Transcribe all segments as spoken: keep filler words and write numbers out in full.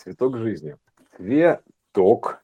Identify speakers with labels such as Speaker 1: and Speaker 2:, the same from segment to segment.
Speaker 1: цветок жизни. Цветок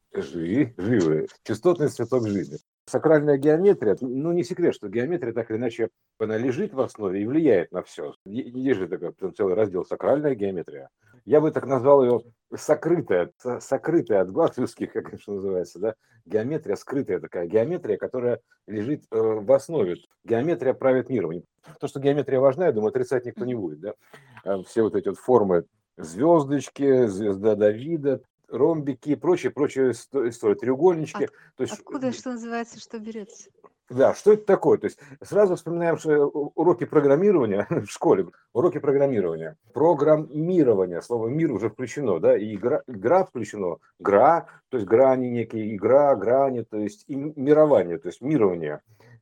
Speaker 1: жи, живы, частотный цветок жизни. Сакральная геометрия, ну не секрет, что геометрия так или иначе она лежит в основе и влияет на все. Есть же такой целый раздел сакральная геометрия. Я бы так назвал ее сокрытая, сокрытая от глаз людских, как это называется, да, геометрия, скрытая такая геометрия, которая лежит э, в основе. Геометрия правит миром. То, что геометрия важна, я думаю, отрицать никто не будет. Да? Все вот эти вот формы звездочки, звезда Давида, ромбики, прочие, прочие истории, треугольнички.
Speaker 2: От,
Speaker 1: То есть,
Speaker 2: откуда, что называется, что берется?
Speaker 1: да, что это такое? То есть сразу вспоминаем, что уроки программирования в школе, уроки программирования, программирование, слово мир уже включено, да, и игра, игра включено, гра, то есть грани некие, игра, грани, то есть и мирование, то есть мирование.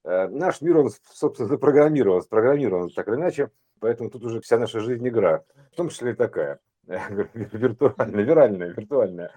Speaker 1: Наш мир, он, собственно, запрограммирован, спрограммирован так или иначе, поэтому тут уже вся наша жизнь игра, в том числе и такая, виртуальная, виральная, виртуальная.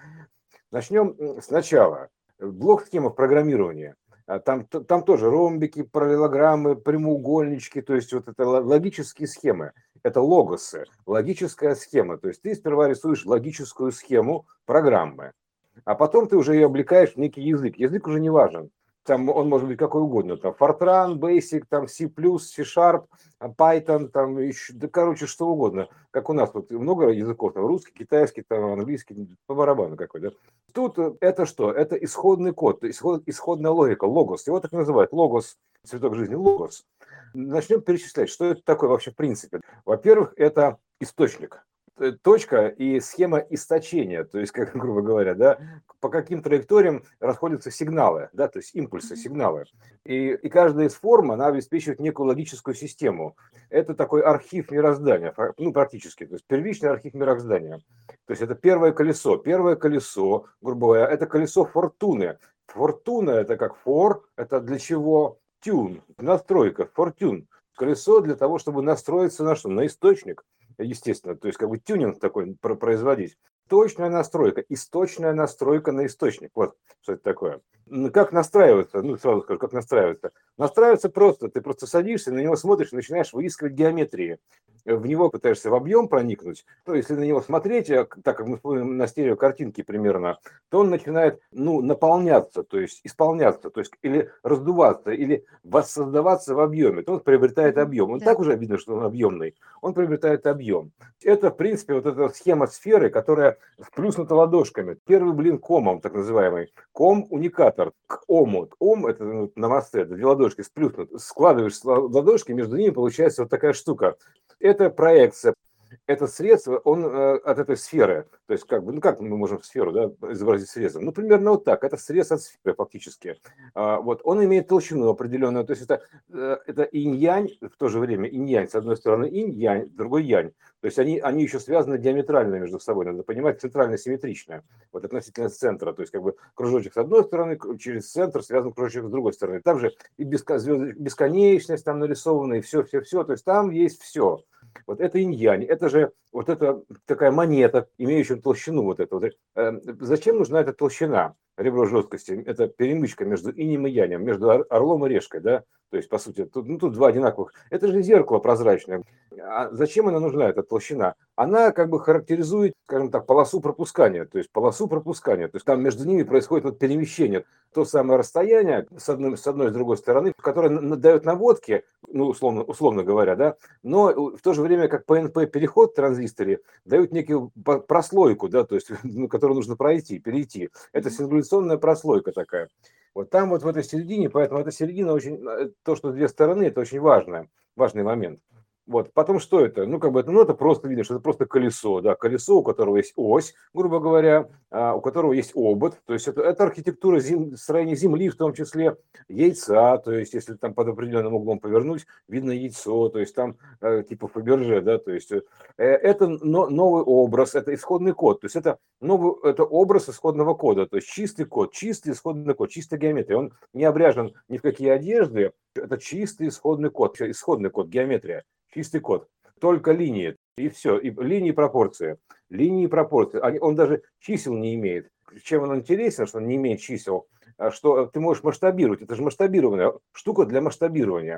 Speaker 1: Начнем сначала. Блок схемов программирования. Там, там тоже ромбики, параллелограммы, прямоугольнички, то есть вот это логические схемы. Это логосы, логическая схема. То есть ты сперва рисуешь логическую схему программы, а потом ты уже ее облекаешь в некий язык. Язык уже не важен. Там он может быть какой угодно. Там Fortran, Basic, там C++, C-Sharp, Python, там еще, да, короче, что угодно. Как у нас вот много языков, там русский, китайский, там английский, по барабану какой, да. Тут это что? Это исходный код, исход, исходная логика, логос. Его так называют, логос, цветок жизни, логос. Начнем перечислять, что это такое вообще в принципе. Во-первых, это источник. Точка и схема источения, то есть, как грубо говоря, да, по каким траекториям расходятся сигналы, да, то есть импульсы, сигналы. И, и каждая из форм, она обеспечивает некую логическую систему. Это такой архив мироздания, ну, практически, то есть первичный архив мироздания. То есть это первое колесо. Первое колесо, грубо говоря, это колесо фортуны. Фортуна это как фор, это для чего? Тюн, настройка, фортюн. Колесо для того, чтобы настроиться на что? На источник, естественно. То есть как бы тюнинг такой производить. Точная настройка, источная настройка на источник. Вот что это такое. Как настраиваться? Ну, сразу скажу, как настраиваться. Настраиваться просто. Ты просто садишься, на него смотришь и начинаешь выискивать геометрии. В него пытаешься в объем проникнуть. То есть, если на него смотреть, так как мы смотрим на стереокартинки примерно, то он начинает, ну, наполняться, то есть исполняться, то есть или раздуваться, или воссоздаваться в объеме. То он приобретает объем. Он
Speaker 2: Да.
Speaker 1: так уже видно, что он объемный. Он приобретает объем. Это, в принципе, вот эта схема сферы, которая вплюснута ладошками. Первый блин комом, так называемый. Ком уникатор. К ому. Ом это ну, намасте, это две ладошки сплюснут. Складываешь ладошки, между ними получается вот такая штука. Это проекция. Это средство, он э, от этой сферы, то есть как бы, ну как мы можем сферу, да, изобразить срезом? Ну, примерно вот так, это срез от сферы фактически. А, вот, он имеет толщину определенную, то есть это, э, это инь-янь, в то же время инь-янь, с одной стороны инь-янь, с другой янь. То есть они, они еще связаны диаметрально между собой, надо понимать, центрально симметрично, вот относительно центра, то есть как бы кружочек с одной стороны, через центр связан кружочек с другой стороны. Там же и бесконечность там нарисована, и все-все-все, то есть там есть все. Вот это инь-янь, это же вот это такая монета, имеющая толщину вот эту. Вот. Зачем нужна эта толщина? Ребро жесткости, это перемычка между инем и янем, между орлом и решкой, да, то есть, по сути, тут, ну, тут два одинаковых. Это же зеркало прозрачное. А зачем она нужна, эта толщина? Она как бы характеризует, скажем так, полосу пропускания, то есть полосу пропускания, то есть там между ними происходит вот перемещение, то самое расстояние с одной, с одной и с другой стороны, которое дает наводки, ну, условно, условно говоря, да, но в то же время, как пэ эн пэ-переход в транзисторе дают некую прослойку, да, то есть, ну, которую нужно пройти, перейти. Это сингуляционная прослойка такая. Вот там вот в этой середине, поэтому эта середина очень, то, что две стороны, это очень важно, важный момент. Вот. Потом что это? Ну, как бы это, ну, это просто, видишь, это просто колесо, да, колесо, у которого есть ось, грубо говоря, а, у которого есть обод, то есть это, это архитектура зем, строения Земли, в том числе яйца, то есть если там под определенным углом повернуть, видно яйцо, то есть там э, типа Фаберже, да, то есть э, это но, новый образ, это исходный код, то есть это новый, это образ исходного кода, то есть чистый код, чистый исходный код, чистая геометрия, он не обряжен ни в какие одежды, это чистый исходный код, исходный код, геометрия. Чистый код. Только линии. И все. И линии пропорции. Линии пропорции. Он даже чисел не имеет. Чем он интересен, что он не имеет чисел, что ты можешь масштабировать. Это же масштабированная штука для масштабирования.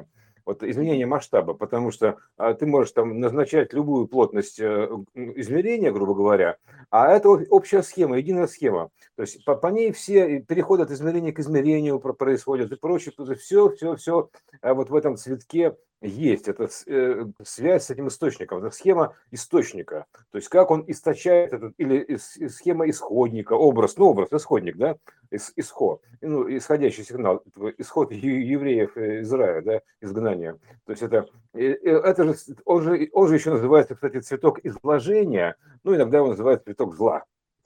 Speaker 1: вот изменение масштаба, потому что а, ты можешь там назначать любую плотность э, измерения, грубо говоря, а это общая схема, единая схема. То есть по, по ней все переходы от измерения к измерению происходят и прочее. Все, все, все вот в этом цветке есть. Это э, связь с этим источником, это схема источника. То есть как он источает этот, или схема исходника, образ, ну образ, исходник, да, исход, ну, исходящий сигнал, исход евреев из рая, да, изгнания. То есть это, это же, он же, он же еще называется, кстати, цветок изложения, ну иногда он называется цветок зла.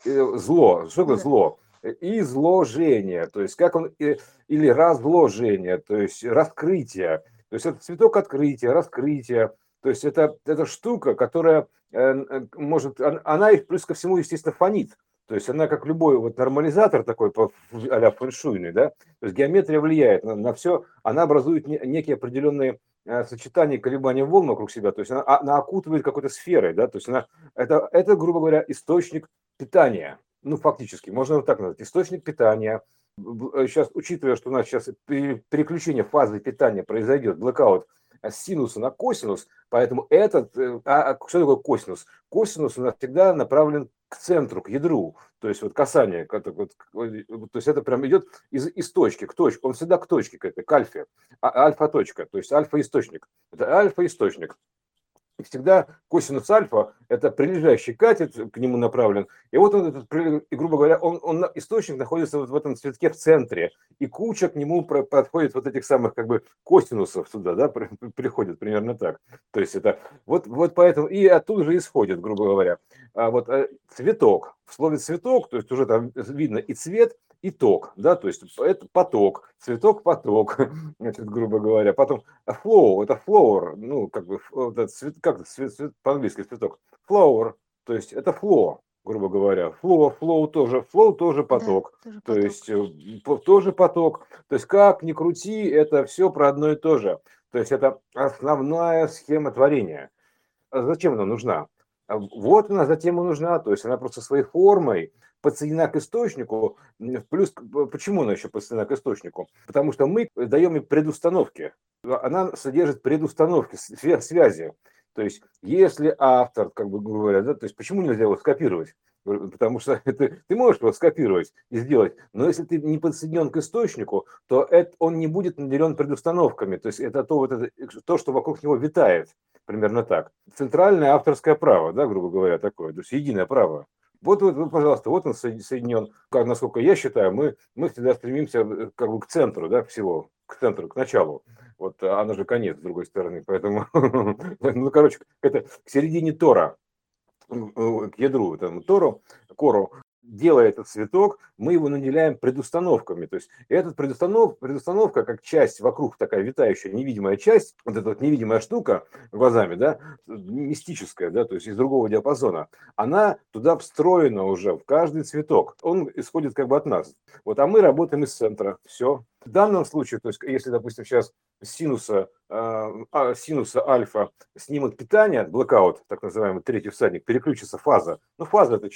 Speaker 1: Зло, что такое зло? Изложение, то есть как он, или разложение, то есть раскрытие. То есть это цветок открытия, раскрытия. То есть это, это штука, которая может, она их плюс ко всему, естественно, фонит. То есть она как любой вот нормализатор такой а-ля фэншуйный, да, то есть геометрия влияет на, на все, она образует не, некие определенные э, сочетания колебания волн вокруг себя, то есть она, она окутывает какой-то сферой, да, то есть она, это, это, грубо говоря, источник питания, ну, фактически, можно вот так назвать, источник питания. Сейчас, учитывая, что у нас сейчас переключение фазы питания произойдет, blackout с синуса на косинус, поэтому этот, а что такое косинус? Косинус у нас всегда направлен к центру, к ядру, то есть вот касание, то есть это прям идет из, из точки к точке, он всегда к точке, к, этой, к альфе, а, альфа-точка, то есть альфа-источник, это альфа-источник. И всегда косинус альфа – это прилежащий катет, к нему направлен. И вот он, этот, и, грубо говоря, он, он, источник находится вот в этом цветке в центре. И куча к нему подходит вот этих самых как бы косинусов сюда, да, приходит примерно так. То есть это вот, вот поэтому, и оттуда же исходит, грубо говоря. А вот цветок, в слове цветок, то есть уже там видно и цвет, и ток, да, то есть это поток, цветок, поток, значит, грубо говоря. Потом flow, это flower, ну, как бы, это цвет, как цвет, цвет, по-английски цветок, flower, то есть это flow, грубо говоря. Flow, flow тоже, flow тоже поток,
Speaker 2: да, тоже
Speaker 1: то
Speaker 2: поток.
Speaker 1: есть тоже поток. То есть как ни крути, это все про одно и то же. То есть это основная схема творения. А зачем она нужна? Вот она затем и нужна, то есть она просто своей формой подсоединена к источнику, плюс почему она еще подсоединена к источнику? Потому что мы даем ей предустановки, она содержит предустановки, связи. То есть если автор, как бы говоря, да, то есть почему нельзя его скопировать? Потому что это, ты можешь его скопировать и сделать, но если ты не подсоединен к источнику, то это, он не будет наделен предустановками, то есть это то, вот это, то, что вокруг него витает. Примерно так. Центральное авторское право, да, грубо говоря, такое, то есть единое право. Вот, вот, вот, пожалуйста, вот он соединен. Как, насколько я считаю, мы, мы всегда стремимся как бы к центру, да, всего, к центру, к началу. Вот она же конец, с другой стороны. Поэтому, ну, короче, это к середине Тора, к ядру, этому Тору, кору. Делая этот цветок, мы его наделяем предустановками. То есть эта предустанов, предустановка, как часть вокруг, такая витающая невидимая часть, вот эта вот невидимая штука глазами, да, мистическая, да, то есть из другого диапазона, она туда встроена уже в каждый цветок. Он исходит как бы от нас. Вот, а мы работаем из центра. Все. В данном случае, то есть если, допустим, сейчас синуса, э, синуса альфа снимут питание, blackout, так называемый третий всадник, переключится фаза. Ну, фаза это,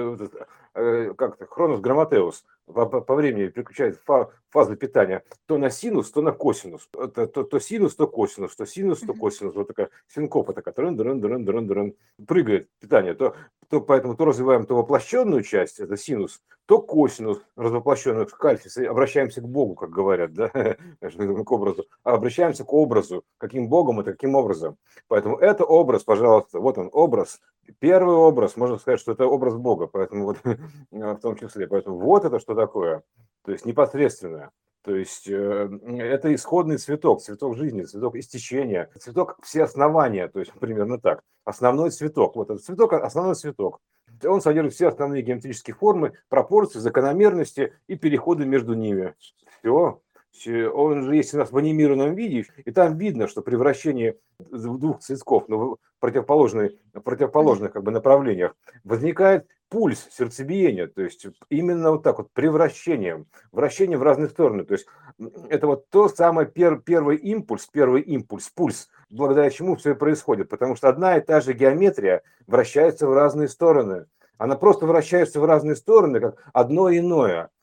Speaker 1: э, как-то хронос грамматеус, по, по времени переключает фа, фазу питания то на синус, то на косинус. То, то, то синус, то косинус, то синус, то косинус. Вот такая синкопа такая, дрын, дрын, дрын, дрын, дрын, прыгает питание. То, то, поэтому то развиваем то воплощенную часть, это синус, то косинус, развоплощенную к альфе, обращаемся к Богу, как говорят, да, к образу, а обращаемся к образу, каким Богом и каким образом. Поэтому это образ, пожалуйста, вот он образ, первый образ, можно сказать, что это образ Бога, поэтому вот в том числе, поэтому вот это что такое, то есть непосредственно. То есть э, это исходный цветок, цветок жизни, цветок истечения, цветок всеоснования, то есть примерно так. Основной цветок, вот этот цветок, основной цветок. Он содержит все основные геометрические формы, пропорции, закономерности и переходы между ними. Все. Он же есть у нас в анимированном виде, и там видно, что при вращении двух цветков, но в противоположных, противоположных как бы направлениях возникает пульс сердцебиения, то есть именно вот так вот, при вращении, вращение в разные стороны. То есть это вот то самое пер, первый импульс, первый импульс, пульс, благодаря чему все и происходит. Потому что одна и та же геометрия вращается в разные стороны. Она просто вращается в разные стороны, как одно иное.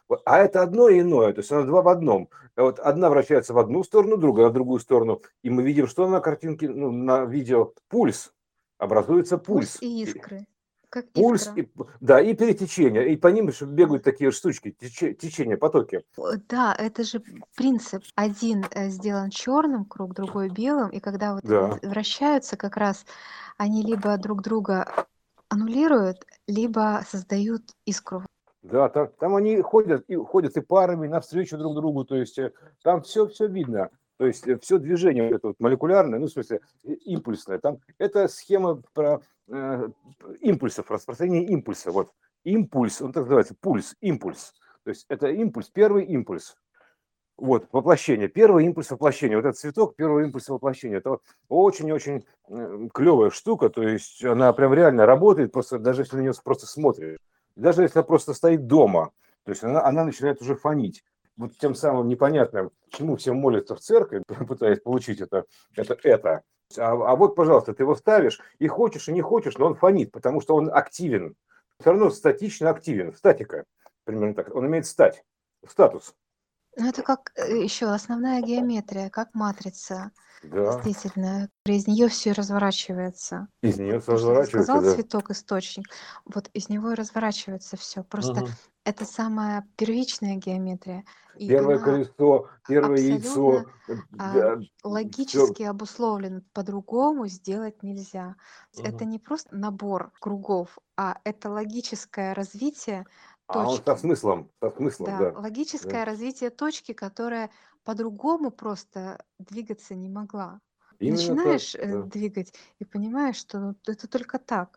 Speaker 1: Вот, а это одно и иное, то есть оно два в одном. Вот одна вращается в одну сторону, другая в другую сторону. И мы видим, что на картинке, ну, на видео пульс. Образуется
Speaker 2: Пульс
Speaker 1: пульс.
Speaker 2: и
Speaker 1: И-
Speaker 2: искры. Как
Speaker 1: Пульс,
Speaker 2: искра.
Speaker 1: и, да, и перетечение. И по ним ш-
Speaker 2: Да.
Speaker 1: бегают такие штучки, тече- течение, потоки.
Speaker 2: О, да, это же принцип. Один э, сделан черным круг, другой белым, и когда вот д-
Speaker 1: Да.
Speaker 2: вращаются, как раз они либо друг друга аннулируют, либо создают искру.
Speaker 1: Да, там, там они ходят и ходят и парами навстречу друг другу, то есть э, там все, все видно. То есть все движение вот это вот молекулярное, ну, в смысле, э, импульсное. Там это схема про э, импульсов, распространение импульса. Вот импульс, он так называется, пульс, импульс. То есть это импульс, первый импульс. Вот, воплощение, первый импульс воплощения. Вот этот цветок, первый импульс воплощения. Это очень-очень клевая штука, то есть она прям реально работает, просто даже если на нее просто смотришь. Даже если она просто стоит дома, то есть она, она начинает уже фонить. Вот тем самым непонятным, чему все молятся в церкви, пытаясь получить это, это, это. А, а вот, пожалуйста, ты его ставишь, и хочешь, и не хочешь, но он фонит, потому что он активен. Все равно статично активен, статика, примерно так. Он имеет стать, статус.
Speaker 2: Ну, это как еще основная геометрия, как матрица.
Speaker 1: Да,
Speaker 2: Действительно, из нее все разворачивается.
Speaker 1: из
Speaker 2: Вот
Speaker 1: нее
Speaker 2: то, что ты
Speaker 1: разворачивается,
Speaker 2: сказал,
Speaker 1: да.
Speaker 2: цветок, источник, вот из него и разворачивается все. Просто
Speaker 1: Мгм.
Speaker 2: это самая первичная геометрия, и
Speaker 1: Первое
Speaker 2: она
Speaker 1: колесо, первое
Speaker 2: абсолютно
Speaker 1: яйцо,
Speaker 2: а,
Speaker 1: все.
Speaker 2: логически обусловлена. По-другому сделать нельзя. Это не просто набор кругов, а это логическое развитие
Speaker 1: А он со
Speaker 2: точки.
Speaker 1: смыслом, со смыслом,
Speaker 2: Да,
Speaker 1: да. Да.
Speaker 2: логическое развитие точки, которая по-другому просто двигаться не могла.
Speaker 1: Именно так,
Speaker 2: Начинаешь э,
Speaker 1: да.
Speaker 2: двигать и понимаешь, что ну, это только так.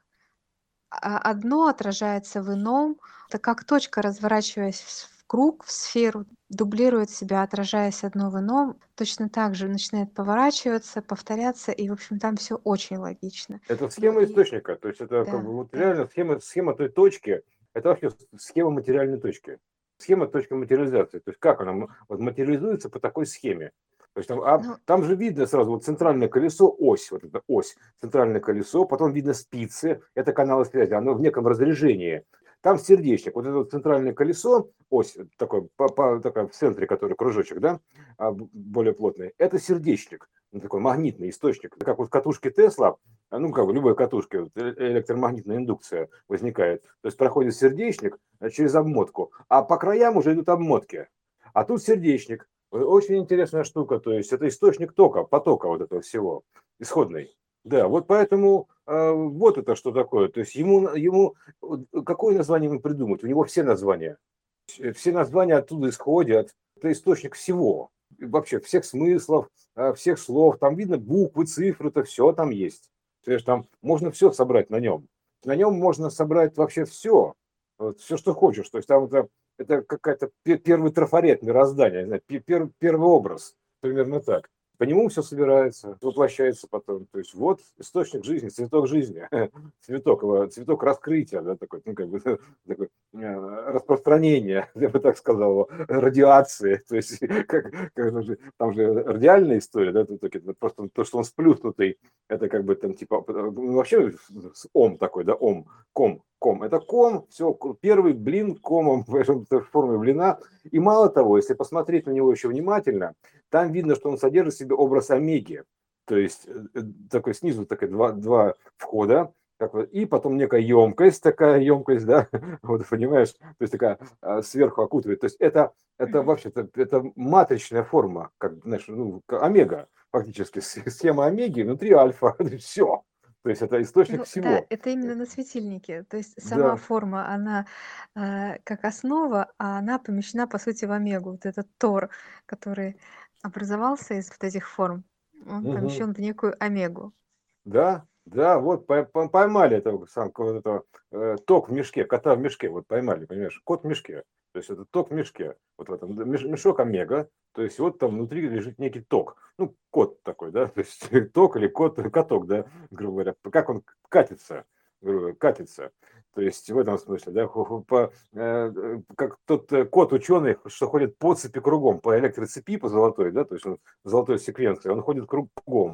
Speaker 2: А одно отражается в ином. Это как точка, разворачиваясь в с- в круг, в сферу, дублирует себя, отражаясь одно в ином, точно так же начинает поворачиваться, повторяться, и, в общем, там все очень логично.
Speaker 1: Это
Speaker 2: Ну
Speaker 1: схема
Speaker 2: и
Speaker 1: источника, то есть это как
Speaker 2: да,
Speaker 1: бы вот
Speaker 2: да.
Speaker 1: реально схема, схема той точки, это вообще схема материальной точки. Схема точки материализации, то есть как она м- вот материализуется по такой схеме. То есть там, а,
Speaker 2: Ну,
Speaker 1: там же видно сразу вот центральное колесо, ось, вот это ось, центральное колесо, потом видно спицы, это каналы связи, оно в неком разрежении. Там сердечник, вот это вот центральное колесо, ось такой, по, по- такая в центре, который кружочек, да, а, б- более плотный, это сердечник, ну, такой магнитный источник, как вот в катушке Тесла, а, ну, как бы любой катушке вот, э- электромагнитная индукция возникает. То есть проходит сердечник э, через обмотку, а по краям уже идут обмотки. А тут сердечник. Э, Очень интересная штука, то есть это источник тока, потока вот этого всего, исходный. Да, вот поэтому э, вот это что такое. То есть ему, ему вот какое название ему придумать? У него все названия. Э, Все названия оттуда исходят. Это источник всего. И вообще всех смыслов, э, всех слов. Там видно буквы, цифры, это все там есть. То есть там можно все собрать на нем. На нем можно собрать вообще все. Вот, все, что хочешь. То есть там это, это какая-то пе- первый трафарет мироздания, не знаю, пе- пер- первый образ. Примерно так. По нему все собирается, воплощается потом. То есть вот источник жизни, цветок жизни, цветок, его- цветок раскрытия, да, такой, ну, как бы, такой, э, распространения, я бы так сказал, радиации. То есть как, как же, там же радиальная история, да, тут таки, просто то, что он сплюснутый, это как бы там типа, ну, вообще с ом такой, да, ом, ком, ком. Это ком, все, первый блин комом в этом- в форме блина. И мало того, если посмотреть на него еще внимательно, там видно, что он содержит в себе образ омеги. То есть э, такой снизу такой два, два входа, как вот, и потом некая емкость, такая емкость, да, вот понимаешь, то есть такая а, сверху окутывает. То есть это, это
Speaker 2: мгм.
Speaker 1: вообще-то это матричная форма, как, знаешь, ну, к- омега, фактически, с- схема омеги внутри альфа, все. То есть это источник
Speaker 2: Ну да,
Speaker 1: всего.
Speaker 2: это именно на светильнике. То есть сама
Speaker 1: Да,
Speaker 2: форма, она э, как основа, а она помещена, по сути, в омегу. Вот этот тор, который образовался из вот этих форм, он
Speaker 1: мгм.
Speaker 2: помещен в некую омегу.
Speaker 1: Да, да, вот пой- пой- поймали этого, сам, вот этого, э, ток в мешке, кота в мешке, вот поймали, понимаешь, кот в мешке, то есть это ток в мешке, вот в этом да, меш- мешок омега, то есть вот там внутри лежит некий ток, ну, кот такой, да, то есть ток или кот, каток, да, грубо говоря, как он катится, грубо говоря, катится, то есть в этом смысле, да, ху- ху- по, э, э, как тот э, кот ученый, что ходит по цепи кругом, по электроцепи, по золотой, да, то есть он золотой секвенции, он ходит кругом,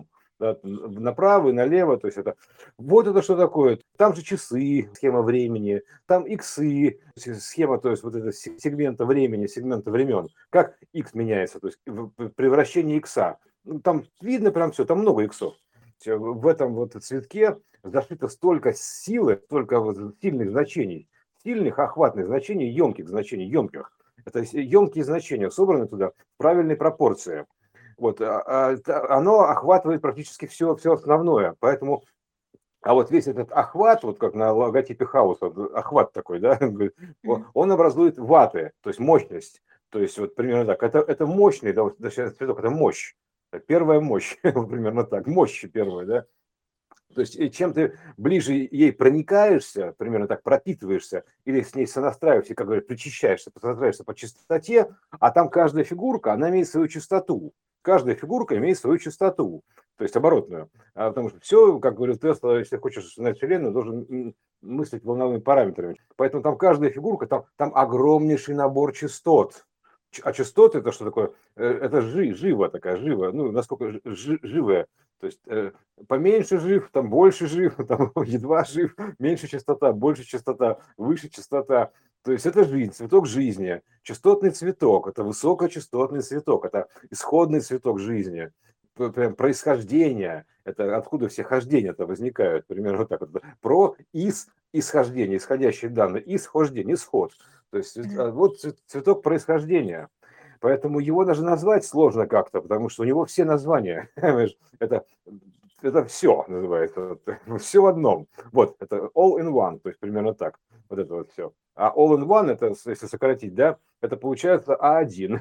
Speaker 1: да, направо и налево, то есть это вот это что такое. Там же часы, схема времени, там иксы, схема, то есть вот это сегмента времени, сегмента времен. Как икс меняется, то есть превращение икса. Ну, там видно прям все, там много иксов. В этом вот цветке зашито столько силы, столько вот сильных значений, сильных охватных значений, емких значений, емких. Это емкие значения, собраны туда в правильной пропорции. Вот, а, а, оно охватывает практически все, все основное. Поэтому, а вот весь этот охват, вот как на логотипе хаоса, охват такой, да, он образует ваты, то есть мощность. То есть вот примерно так. Это, это мощный, да, вот цветок, это мощь. Первая мощь, примерно так, мощь первая, да. То есть чем ты ближе ей проникаешься, примерно так пропитываешься, или с ней сонастраиваешься, как говорят, причащаешься, сонастраиваешься по частоте, а там каждая фигурка, она имеет свою частоту. Каждая фигурка имеет свою частоту, то есть оборотную. А потому что все, как говорил Тесла, если хочешь знать Вселенную, должен мыслить волновыми параметрами. Поэтому там каждая фигурка, там, там огромнейший набор частот. А частоты это что такое? Это жи, жива такая, жива, ну, насколько жи, живая. То есть э, поменьше жив, там больше жив, там едва жив, меньше частота, больше частота, выше частота. То есть это жизнь, цветок жизни. Частотный цветок, это высокочастотный цветок, это исходный цветок жизни. Прям происхождение, это откуда все хождения-то возникают, примерно вот так вот. Про, из, исхождение, исходящие данные, исхождение, исход. То есть вот цветок происхождения. Поэтому его даже назвать сложно как-то, потому что у него все названия. Это, это все называется. Все в одном. Вот, это all in one, то есть примерно так. Вот это вот все. А all in one, это, если сократить, да, это получается а один.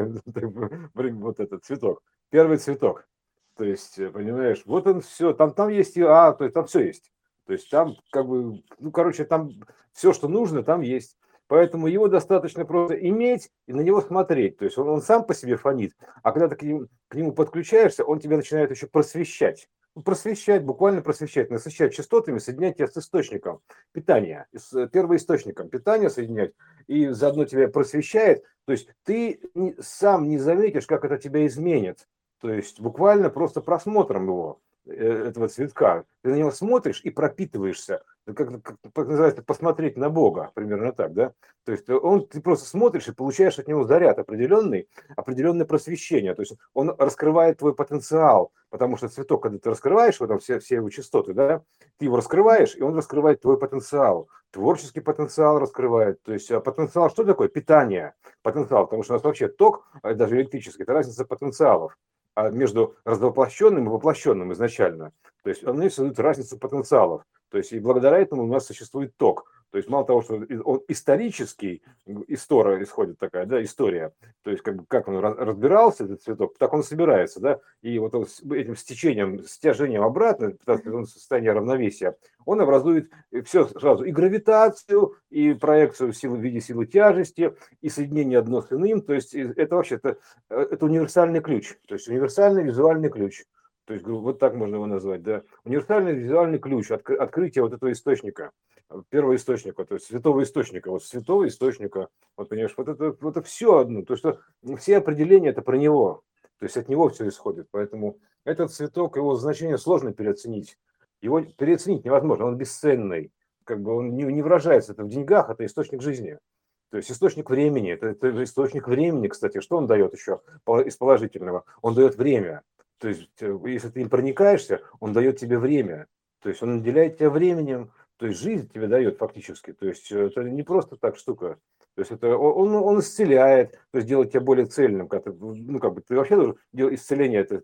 Speaker 1: Вот этот цветок. Первый цветок. То есть, понимаешь, вот он все. Там, там есть и А, то есть там все есть. То есть там как бы, ну, короче, там все, что нужно, там есть. Поэтому его достаточно просто иметь и на него смотреть. То есть он, он сам по себе фонит, а когда ты к нему, к нему подключаешься, он тебя начинает еще просвещать. Ну, просвещать, буквально просвещать, насыщать частотами, соединять тебя с источником питания, с первоисточником питания соединять, и заодно тебя просвещает. То есть ты сам не заметишь, как это тебя изменит. То есть буквально просто просмотром его, этого цветка. Ты на него смотришь и пропитываешься. Как, как, как называется, посмотреть на Бога, примерно так, да? То есть он, ты просто смотришь и получаешь от него заряд определенный, определенное просвещение. То есть он раскрывает твой потенциал, потому что цветок, когда ты раскрываешь его, там все, все его частоты, да, ты его раскрываешь, и он раскрывает твой потенциал. Творческий потенциал раскрывает. То есть потенциал, что такое? Питание. Потенциал, потому что у нас вообще ток, даже электрический, это разница потенциалов между развоплощенным и воплощенным изначально. То есть они создают разницу потенциалов. То есть и благодаря этому у нас существует ток. То есть мало того, что он исторический, история исходит такая, да, история. То есть как, бы, как он разбирался, этот цветок, так он собирается, да. И вот он, этим стечением, стяжением обратно, в состоянии равновесия, он образует все сразу, и гравитацию, и проекцию силы в виде силы тяжести, и соединение одно с иным. То есть это вообще это, это универсальный ключ, то есть универсальный визуальный ключ. То есть вот так можно его назвать, да. Универсальный визуальный ключ, от, открытие вот этого источника, первого источника, то есть святого источника, вот святого источника, вот понимаешь, вот это, вот это все одно, то есть что все определения это про него, то есть от него все исходит, поэтому этот цветок, его значение сложно переоценить, его переоценить невозможно, он бесценный, как бы он не, не выражается это в деньгах, это источник жизни. То есть источник времени, это, это источник времени, кстати, что он дает еще из положительного? Он дает время. То есть, если ты им проникаешься, он дает тебе время. То есть, он наделяет тебя временем, то есть, жизнь тебе дает фактически. То есть, это не просто так штука. То есть, это он, он исцеляет, то есть, делает тебя более цельным. Когда ты, ну, как бы, ты вообще должен делать исцеление, это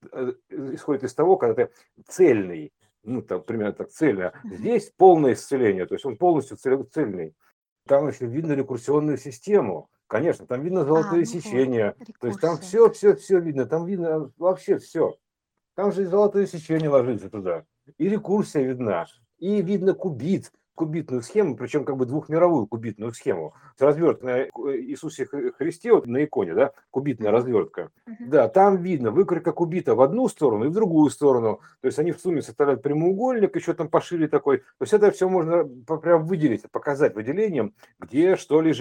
Speaker 1: исходит из того, когда ты цельный. Ну, там, примерно так, цельно. Здесь полное исцеление, то есть, он полностью цельный. Там еще видно рекурсионную систему. Конечно, там видно золотое а, ну сечение. Вот, то есть там все, все, все видно. Там видно вообще все. Там же и золотое сечение ложится туда. И рекурсия видна. И видно кубит, кубитную схему, причем как бы двухмировую кубитную схему. Развертка на Иисусе Христе, вот на иконе, да, кубитная развертка. Uh-huh. Да, там видно выкройка кубита в одну сторону и в другую сторону. То есть они в сумме составляют прямоугольник, еще там пошире такой. То есть это все можно прям выделить, показать выделением, где что лежит.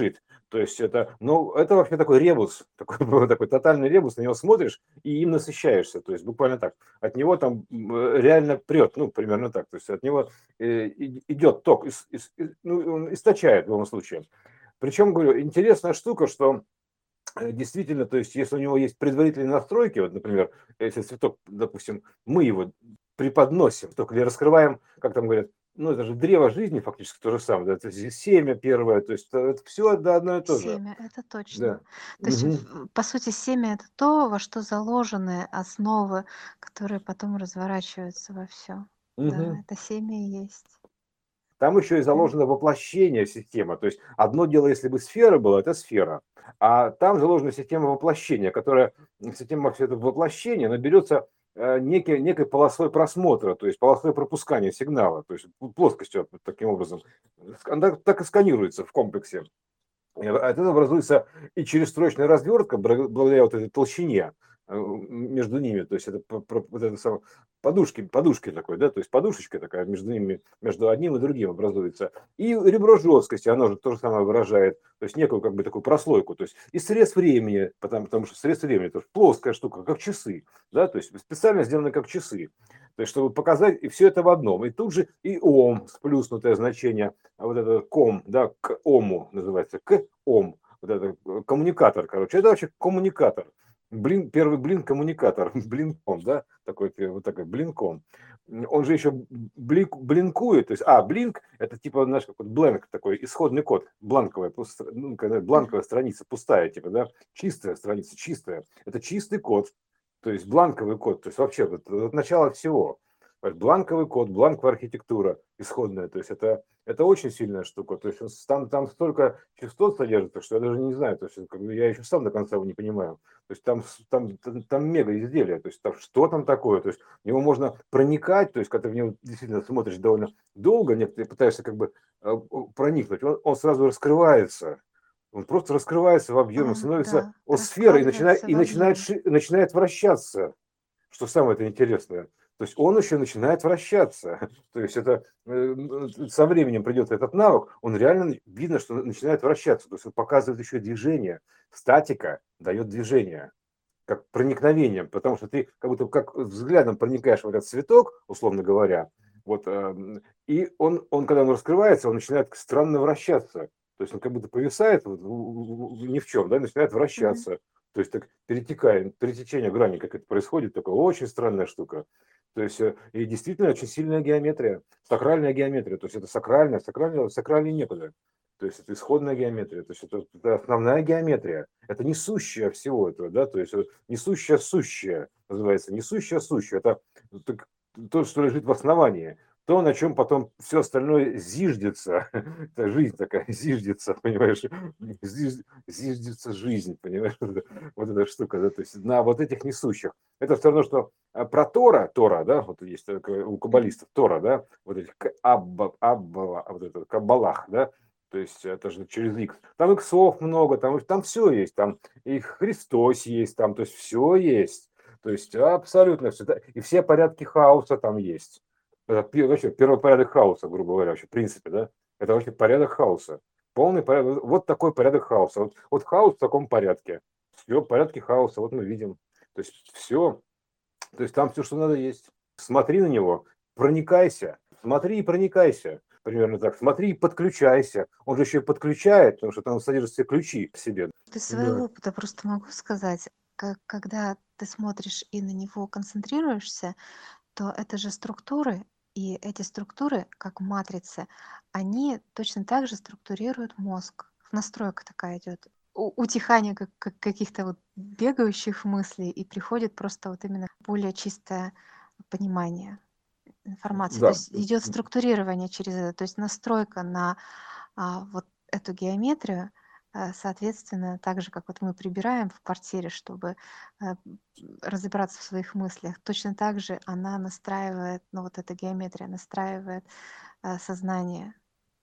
Speaker 1: То есть это, ну, это вообще такой ребус, такой, такой тотальный ребус, на него смотришь и им насыщаешься, то есть буквально так. От него там реально прет, ну, примерно так, то есть от него э, идет ток, ис, ис, ну, он источает в любом случае. Причем, говорю, интересная штука, что действительно, то есть если у него есть предварительные настройки, вот, например, если цветок, допустим, мы его преподносим, только или раскрываем, как там говорят, ну, это же древо жизни фактически то же самое, да, то есть семя первое, то есть это все да, одно и то же.
Speaker 2: Семя, это точно.
Speaker 1: Да.
Speaker 2: То есть,
Speaker 1: Мгм.
Speaker 2: в- по сути, семя это то, во что заложены основы, которые потом разворачиваются во все. Да,
Speaker 1: Мгм.
Speaker 2: это семя и есть.
Speaker 1: Там еще и
Speaker 2: Мгм.
Speaker 1: заложено воплощение системы. То есть одно дело, если бы сфера была, это сфера. А там заложена система воплощения, которая, система все это воплощения, она берется э, некой, некой полосой просмотра, то есть полосой пропускания сигнала, то есть плоскостью вот таким образом. Она так и сканируется в комплексе. И от этого образуется и черестрочная развертка благодаря вот этой толщине э, между ними, то есть это п- п- вот это самое, подушки, подушки такой, да, то есть подушечка такая между ними, между одним и другим образуется. И ребро жесткости, оно же то же самое выражает, то есть некую как бы такую прослойку, то есть и срез времени, потому, потому что срез времени это плоская штука, как часы, да, то есть специально сделано как часы. То есть, чтобы показать, и все это в одном. И тут же и ом, сплюснутое значение, а вот это ком, да, к ому называется, к ом, вот это э, коммуникатор, короче, это вообще коммуникатор. Блин, первый блин коммуникатор, блинком, да, такой вот такой блинком. Он же еще блик, блинкует, то есть, а, блинк, это типа, знаешь, как вот blank такой, исходный код, бланковая, ну, когда бланковая страница, пустая, типа, да, чистая страница, чистая, это чистый код, то есть бланковый код, то есть вообще вот, вот начало всего. Бланковый код, бланковая архитектура исходная, то есть это, это очень сильная штука, то есть там, там столько частот содержится, что я даже не знаю, то есть как бы я еще сам до конца его не понимаю, то есть там, там, там мега изделие, то есть там, что там такое, то есть в него можно проникать, то есть когда ты в него действительно смотришь довольно долго, некоторые пытаешься как бы э, проникнуть, он, он сразу раскрывается, он просто раскрывается в объеме,
Speaker 2: А,
Speaker 1: становится
Speaker 2: да,
Speaker 1: он сферой и начинает,
Speaker 2: раскладывается
Speaker 1: и
Speaker 2: в
Speaker 1: начинает,
Speaker 2: объеме.
Speaker 1: ши- начинает вращаться, что самое это интересное. То есть он еще начинает вращаться. То есть это э, со временем придет этот навык, он реально видно, что начинает вращаться. То есть он показывает еще движение. Статика дает движение, как проникновением, потому что ты как будто как взглядом проникаешь в этот цветок, условно говоря, вот, э, и он, он, когда он раскрывается, он начинает странно вращаться. То есть он как будто повисает вот, ни в чем, да, и начинает
Speaker 2: Мгм.
Speaker 1: вращаться. То есть так перетекает, перетечение грани, как это происходит, такая очень странная штука. То есть э, и действительно очень сильная геометрия, сакральная геометрия. То есть это сакральная, сакральная, сакральнее некуда. То есть это исходная геометрия, то есть это, это основная геометрия, это несущая всего этого, да, то есть э, несущая сущее называется, несущая сущее, это так- то, что лежит в основании, то, на чем потом все остальное зиждется, это жизнь такая, зиждется, понимаешь, Зиж- зиждется жизнь, понимаешь, вот эта, вот эта штука, да, то есть на вот этих несущих. Это все равно, что а, про Тора, Тора, да, вот есть такое у
Speaker 2: Мгм.
Speaker 1: каббалистов Тора, да, вот этих к- абба, абба, вот это, каббалах, да, то есть это же через X. Там иксов много, там, там все есть, там и Христос есть, там, то есть все есть. То есть абсолютно все. И все порядки хаоса там есть. Это пе- вообще первый порядок хаоса, грубо говоря, вообще, в принципе, да? Это вообще порядок хаоса. Полный порядок. Вот такой порядок хаоса. Вот, вот хаос в таком порядке. Все, порядки хаоса, вот мы видим. То есть все. То есть там все, что надо, есть. Смотри на него, проникайся, смотри и проникайся. Примерно так. Смотри и подключайся. Он же еще и подключает, потому что там содержатся все ключи в себе.
Speaker 2: Вот из
Speaker 1: Да.
Speaker 2: своего опыта просто могу сказать, ка- когда ты смотришь и на него концентрируешься, то это же структуры, и эти структуры, как матрицы, они точно так же структурируют мозг. Настройка такая идет. Утихание как, как каких-то вот бегающих мыслей, и приходит просто вот именно более чистое понимание информации. То
Speaker 1: Да.
Speaker 2: есть идет структурирование через это, то есть настройка на а, вот эту геометрию, э, соответственно, так же, как вот мы прибираем в квартире, чтобы э, разобраться в своих мыслях, точно так же она настраивает, ну вот эта геометрия настраивает э, сознание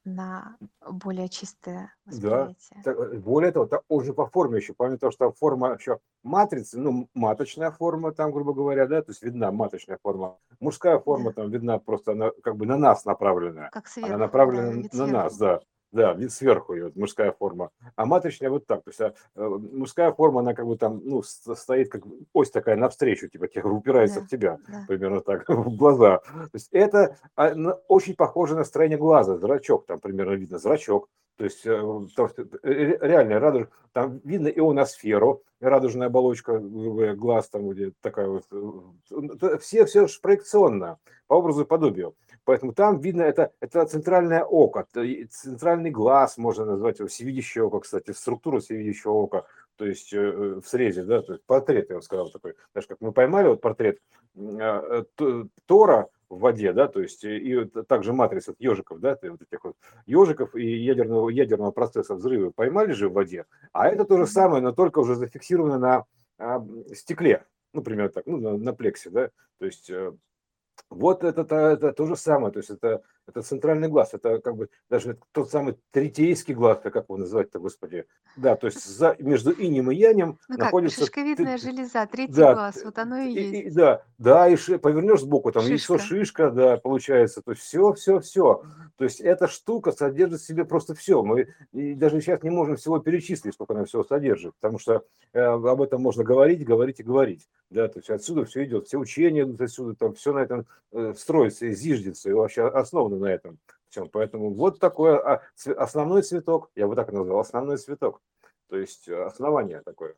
Speaker 2: на более чистое
Speaker 1: Да.
Speaker 2: восприятие.
Speaker 1: Та- э, Более того, та- уже по форме еще, помимо того, что там форма еще матрицы, ну, маточная форма там, грубо говоря, да, то есть видна маточная форма. Мужская форма
Speaker 2: Да,
Speaker 1: там видна просто, она как бы на нас направленная.
Speaker 2: как
Speaker 1: Она
Speaker 2: сверху, да,
Speaker 1: направлена
Speaker 2: вид
Speaker 1: на нас,
Speaker 2: сверху.
Speaker 1: да. Да, вид сверху идет, мужская форма. А матричная вот так. То есть а, э, мужская форма, она как бы там, ну, с- стоит как ось такая навстречу, типа, тех- упирается в
Speaker 2: Да,
Speaker 1: тебя,
Speaker 2: да.
Speaker 1: примерно так, в глаза. То есть это а, на- очень похоже на строение глаза, зрачок там примерно видно, зрачок. То есть э, потому что, э, ре- реально радуж, там видно ионосферу, радужная оболочка грубо говоря, глаз там где такая вот. э, это Все, все же проекционно, по образу и подобию. Поэтому там видно, это, это центральное око, т- и центральный глаз, можно назвать его, всевидящее око, кстати, структура всевидящего ока, то есть э, э, в срезе, да, то есть портрет, я бы сказал, такой, знаешь, как мы поймали вот портрет м, а, э, Т- Тора в воде, да, то есть э, и вот также матрица от ежиков, да, ты вот этих вот ежиков и ядерного, ядерного процесса взрыва поймали же в воде, а это то же
Speaker 2: Мгм.
Speaker 1: самое, но только уже зафиксировано на а, стекле, ну, примерно так, ну, на, на плексе, да, то есть э, вот это, то это то же самое, то есть это, это центральный глаз, это как бы даже тот самый третейский глаз, как его называть-то, господи. Да, то есть за, между инем и янем
Speaker 2: Ну как,
Speaker 1: находится, т-
Speaker 2: шишковидная
Speaker 1: т-
Speaker 2: железа, третий
Speaker 1: да,
Speaker 2: глаз,
Speaker 1: т-
Speaker 2: вот оно и
Speaker 1: и, и-
Speaker 2: есть.
Speaker 1: да, да, и ши- повернешь сбоку, там яйцо
Speaker 2: Шишка.
Speaker 1: шишка, да, получается, то есть все, все, все. То есть эта штука содержит в себе просто все. Мы и даже сейчас не можем всего перечислить, сколько она всего содержит, потому что э, об этом можно говорить, говорить и говорить. Да, то есть отсюда все идет, все учения идут отсюда, там все на этом э, строится и зиждется, и вообще основано на этом всем. Поэтому вот такой а, цве- основной цветок, я бы так и назвал, основной цветок. То есть э, основание такое.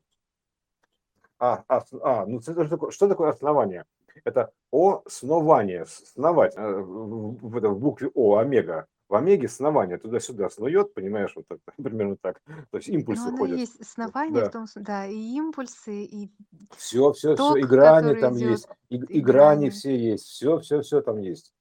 Speaker 1: А, а, с- а, ну это же такое- что такое основание? Это основание, сновать, э, в, в, это в букве О, омега. В омеге снование туда-сюда снует, понимаешь, вот это, примерно так. То есть
Speaker 2: Но
Speaker 1: импульсы
Speaker 2: оно и
Speaker 1: ходят.
Speaker 2: есть основание в
Speaker 1: Да,
Speaker 2: том, с да, и импульсы, и
Speaker 1: все, все, все, и
Speaker 2: ток,
Speaker 1: грани
Speaker 2: который
Speaker 1: там
Speaker 2: идет,
Speaker 1: есть, и,
Speaker 2: и
Speaker 1: и грани
Speaker 2: грани.
Speaker 1: все есть, все, все, все там есть.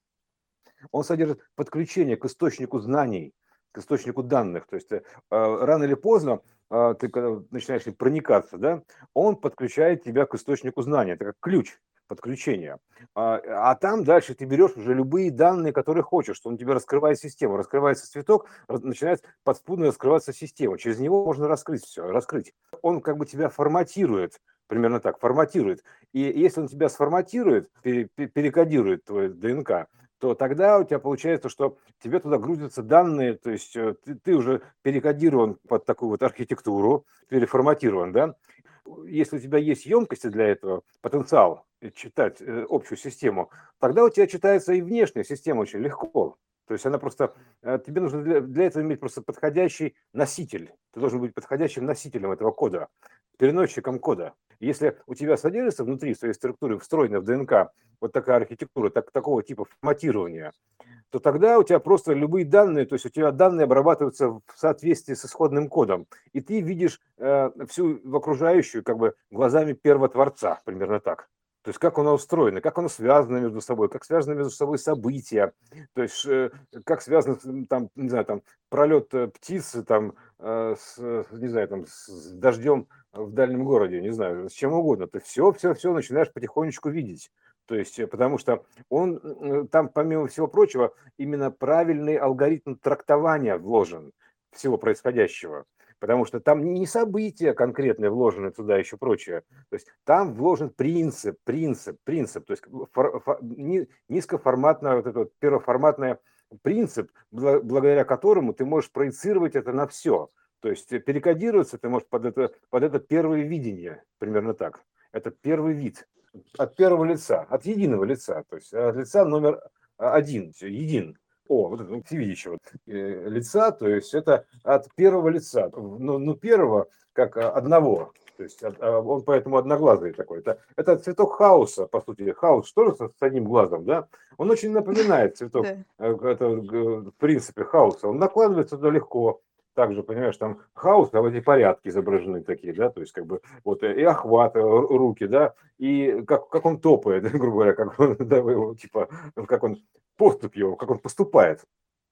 Speaker 1: Он содержит подключение к источнику знаний, к источнику данных. То есть э, рано или поздно э, ты когда начинаешь им проникаться, да, он подключает тебя к источнику знания. Это как ключ подключения. А, а там дальше ты берешь уже любые данные, которые хочешь, что он тебе раскрывает систему. Раскрывается цветок, раз- начинает подспудно раскрываться система. Через него можно раскрыть все, раскрыть. Он как бы тебя форматирует, примерно так, форматирует. И если он тебя сформатирует, пере- пере- перекодирует твой ДНК, то тогда у тебя получается, что тебе туда грузятся данные, то есть э, ты, ты уже перекодирован под такую вот архитектуру, переформатирован, да. Если у тебя есть емкости для этого, потенциал э, читать э, общую систему, тогда у тебя читается и внешняя система очень легко. То есть она просто, э, тебе нужно для, для этого иметь просто подходящий носитель. Ты должен быть подходящим носителем этого кода, переносчиком кода. Если у тебя содержится внутри своей структуры, встроена в ДНК, вот такая архитектура, так, такого типа форматирования, то тогда у тебя просто любые данные, то есть у тебя данные обрабатываются в соответствии с исходным кодом, и ты видишь э, всю в окружающую как бы глазами первотворца, примерно так. То есть как оно устроено, как оно связано между собой, как связаны между собой события, то есть э, как связано там, не знаю, там пролет э, птицы там э, с, не знаю, там с дождем в дальнем городе, не знаю, с чем угодно. Ты все, все, все начинаешь потихонечку видеть. То есть, э, потому что он э, там, помимо всего прочего, именно правильный алгоритм трактования вложен всего происходящего. Потому что там не события конкретные вложены туда, еще прочее. То есть там вложен принцип, принцип, принцип. То есть фор, фор, ни, низкоформатное, вот это вот первоформатное принцип, благодаря которому ты можешь проецировать это на все. То есть э, перекодироваться ты можешь под это, под это первое видение, примерно так. Это первый вид от первого лица, от единого лица, то есть от лица номер один, един. О, вот это всевидящего э, лица, то есть это от первого лица, ну, ну первого как а, одного, то есть от- а, он поэтому одноглазый такой. Это, это цветок хаоса, по сути, хаос тоже с, с одним глазом, да, он очень напоминает цветок,
Speaker 2: Да.
Speaker 1: э, это, э, в принципе, хаоса, он накладывается туда легко, также, понимаешь, там хаос, а вот эти порядки изображены такие, да, то есть как бы вот э, и охват, э, руки, да, и как, как он топает, грубо говоря, как он, да, его, типа, как он, поступь его, как он поступает,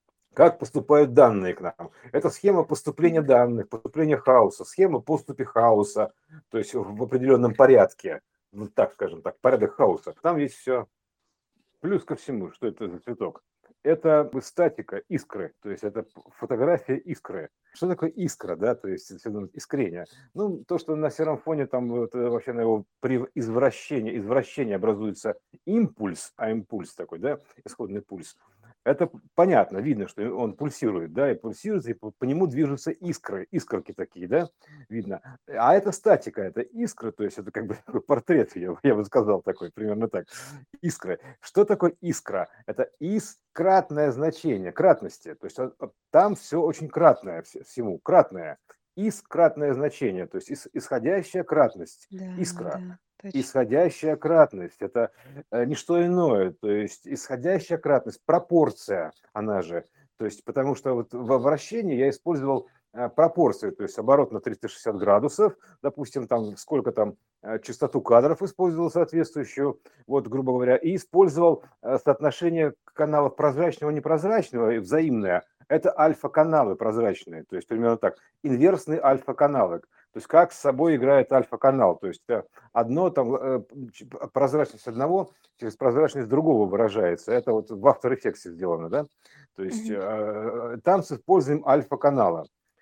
Speaker 1: как поступают данные к нам. Это схема поступления
Speaker 2: Мгм.
Speaker 1: данных, поступления хаоса, схема поступи хаоса, то есть в определенном порядке, ну так скажем так, порядок хаоса. Там есть все. Плюс ко всему, что это за цветок? Это статика искры, то есть это фотография искры. Что такое искра, да, то есть искрение? Ну, то, что на сером фоне там вот, э, вообще на его при извращении, извращении образуется импульс, а импульс такой, да, исходный пульс, Это понятно, видно, что он пульсирует, да, и пульсирует, и по, по нему движутся искры, искорки такие, да, видно. А это статика, это искры, то есть это как бы такой портрет, я, я бы сказал такой, примерно так. Искры. Что такое искра? Это искратное значение, кратности. То есть там все очень кратное всему, кратное. Искратное значение, то есть исходящая кратность,
Speaker 2: Да,
Speaker 1: искра.
Speaker 2: да, точно.
Speaker 1: Исходящая кратность – это э, не что иное, то есть исходящая кратность, пропорция, она же, то есть потому что вот во вращении я использовал э, пропорцию, то есть оборот на триста шестьдесят градусов, допустим, там сколько там э, частоту кадров использовал соответствующую, вот, грубо говоря, и использовал э, соотношение каналов прозрачного и непрозрачного, и взаимное, это альфа-каналы прозрачные, то есть примерно так, инверсные альфа-каналы. То есть как с собой играет альфа-канал, то есть одно там, э, прозрачность одного через прозрачность другого выражается. Это вот в After Effects сделано, да? То есть э, там с использованием альфа-канала.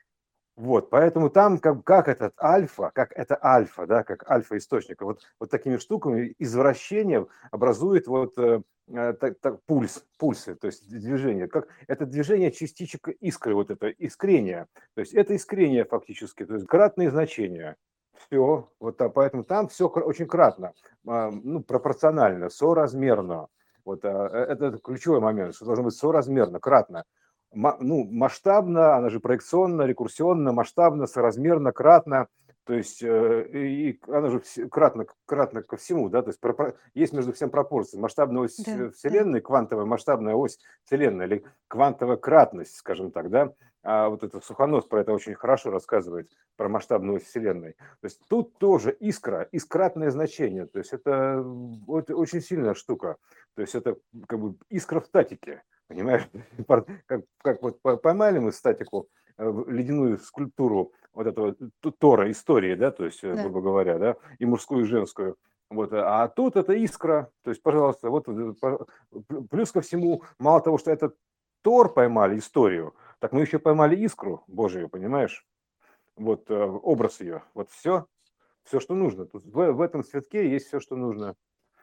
Speaker 1: Вот, поэтому там как, как этот альфа, как это альфа, да, как альфа-источник, вот, вот такими штуками извращение образует вот э, так, так, пульс, пульсы, то есть движение. Как, это движение частичек искры, вот это искрение. То есть это искрение фактически, то есть кратные значения. Все, вот а, поэтому там все очень кратно, а, ну, пропорционально, соразмерно. Вот а, это ключевой момент, что должно быть соразмерно, кратно. Ну, масштабно, она же проекционно, рекурсионно, масштабно, соразмерно, кратно, то есть э, и она же кратно, кратно ко всему, да, то есть есть между всем пропорции. Масштабная ось
Speaker 2: Да,
Speaker 1: Вселенной,
Speaker 2: да.
Speaker 1: квантовая масштабная ось Вселенной, или квантовая кратность, скажем так, да, а вот это Суханов про это очень хорошо рассказывает, про масштабную ось Вселенной. То есть тут тоже искра, искратное значение, то есть это вот очень сильная штука, то есть это как бы искра в статике. Понимаешь, как, как вот поймали мы статику, ледяную скульптуру вот этого Тора истории, да, то есть,
Speaker 2: Да.
Speaker 1: грубо говоря, да, и мужскую, и женскую. Вот, а тут это искра, то есть, пожалуйста, вот плюс ко всему, мало того, что этот Тор поймали историю, так мы еще поймали искру Божию, понимаешь? Вот образ ее, вот все, все, что нужно. Тут в, в этом цветке есть все, что нужно.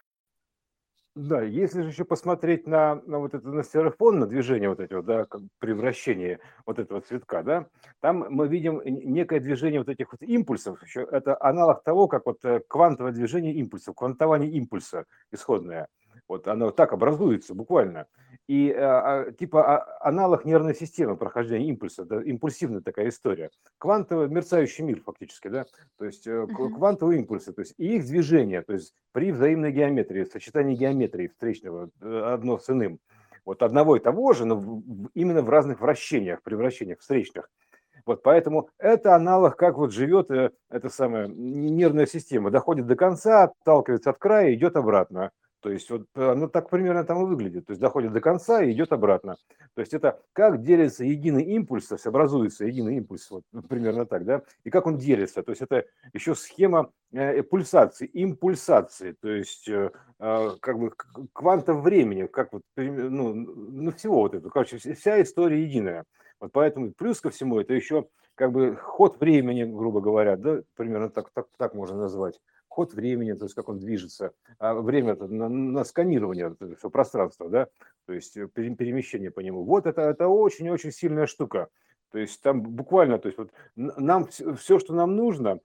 Speaker 1: Да, если же еще посмотреть на, на вот это на стереофон, на движение вот эти вот, да, как превращение вот этого цветка, да, там мы видим некое движение вот этих вот импульсов, еще это аналог того, как вот э, квантовое движение импульсов, квантование импульса исходное. Вот оно так образуется буквально. И а, типа а, аналог нервной системы прохождения импульса, да, импульсивная такая история. Квантовый мерцающий мир фактически, да, то есть э, квантовые импульсы, то есть и их движение, то есть при взаимной геометрии, сочетании геометрии встречного одно с иным. Вот одного и того же, но именно в разных вращениях, превращениях встречных. Вот поэтому это аналог, как вот живет э, эта самая нервная система. Доходит до конца, отталкивается от края, идет обратно. То есть вот оно так примерно там и выглядит. То есть доходит до конца и идет обратно. То есть это как делится единый импульс, то есть образуется единый импульс, вот примерно так, да, и как он делится. То есть это еще схема э, пульсации, импульсации, то есть э, э, как бы квантов времени, как вот, ну, ну всего вот этого. Короче, вся история единая. Вот поэтому плюс ко всему это еще как бы ход времени, грубо говоря, да, примерно так, так, так можно назвать. Ход времени, то есть как он движется, а время на, на сканирование все пространства, да, то есть перемещение по нему. Вот это, это очень-очень сильная штука. То есть там буквально, то есть вот нам все, все что нам нужно,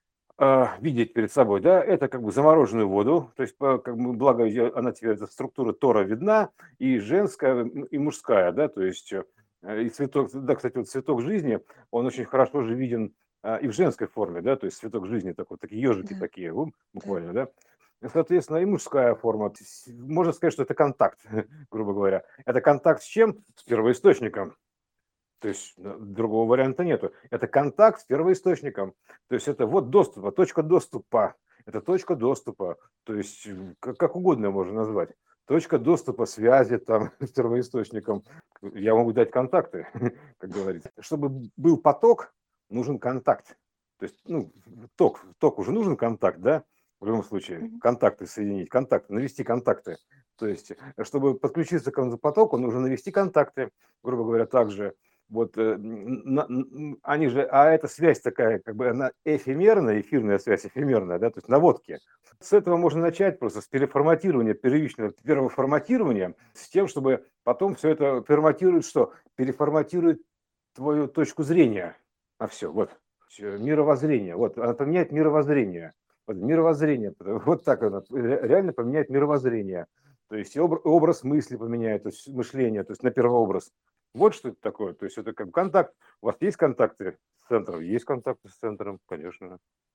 Speaker 1: э, видеть перед собой, да, это как бы замороженную воду, то есть как бы, благо она тебе, эта структура Тора видна, и женская, и мужская, да, то есть и цветок, да, кстати, вот цветок жизни, он очень хорошо же виден а, и в женской форме, да, то есть цветок жизни, такой, такие ежики
Speaker 2: Да.
Speaker 1: такие, ум, буквально, да. да. Соответственно, и мужская форма. Можно сказать, что это контакт, грубо говоря. Это контакт с чем? С первоисточником. То есть другого варианта нету. Это контакт с первоисточником. То есть это вот доступа, точка доступа. Это точка доступа. То есть как, как угодно можно назвать. Точка доступа, связи там с первоисточником. Я могу дать контакты, как говорится. Чтобы был поток, нужен контакт. То есть, ну, ток, ток уже нужен контакт, да? В любом случае, контакты соединить, контакты, навести контакты. То есть, чтобы подключиться к потоку, нужно навести контакты, грубо говоря, также. Вот э, на- н- они же, а эта связь такая, как бы она эфемерная, эфирная связь эфемерная, да, то есть наводки. С этого можно начать просто с переформатирования, первичного первого форматирования, с тем, чтобы потом все это переформатирует, что переформатирует твою точку зрения на все, вот, всё, мировоззрение, вот, она поменяет мировоззрение, вот, мировоззрение, вот так она ре- реально поменяет мировоззрение, то есть и обр- образ мысли поменяет, то есть мышление, то есть на первообраз. Вот что это такое, то есть это как бы контакт, у вас есть контакты с центром? Есть контакты с центром, конечно.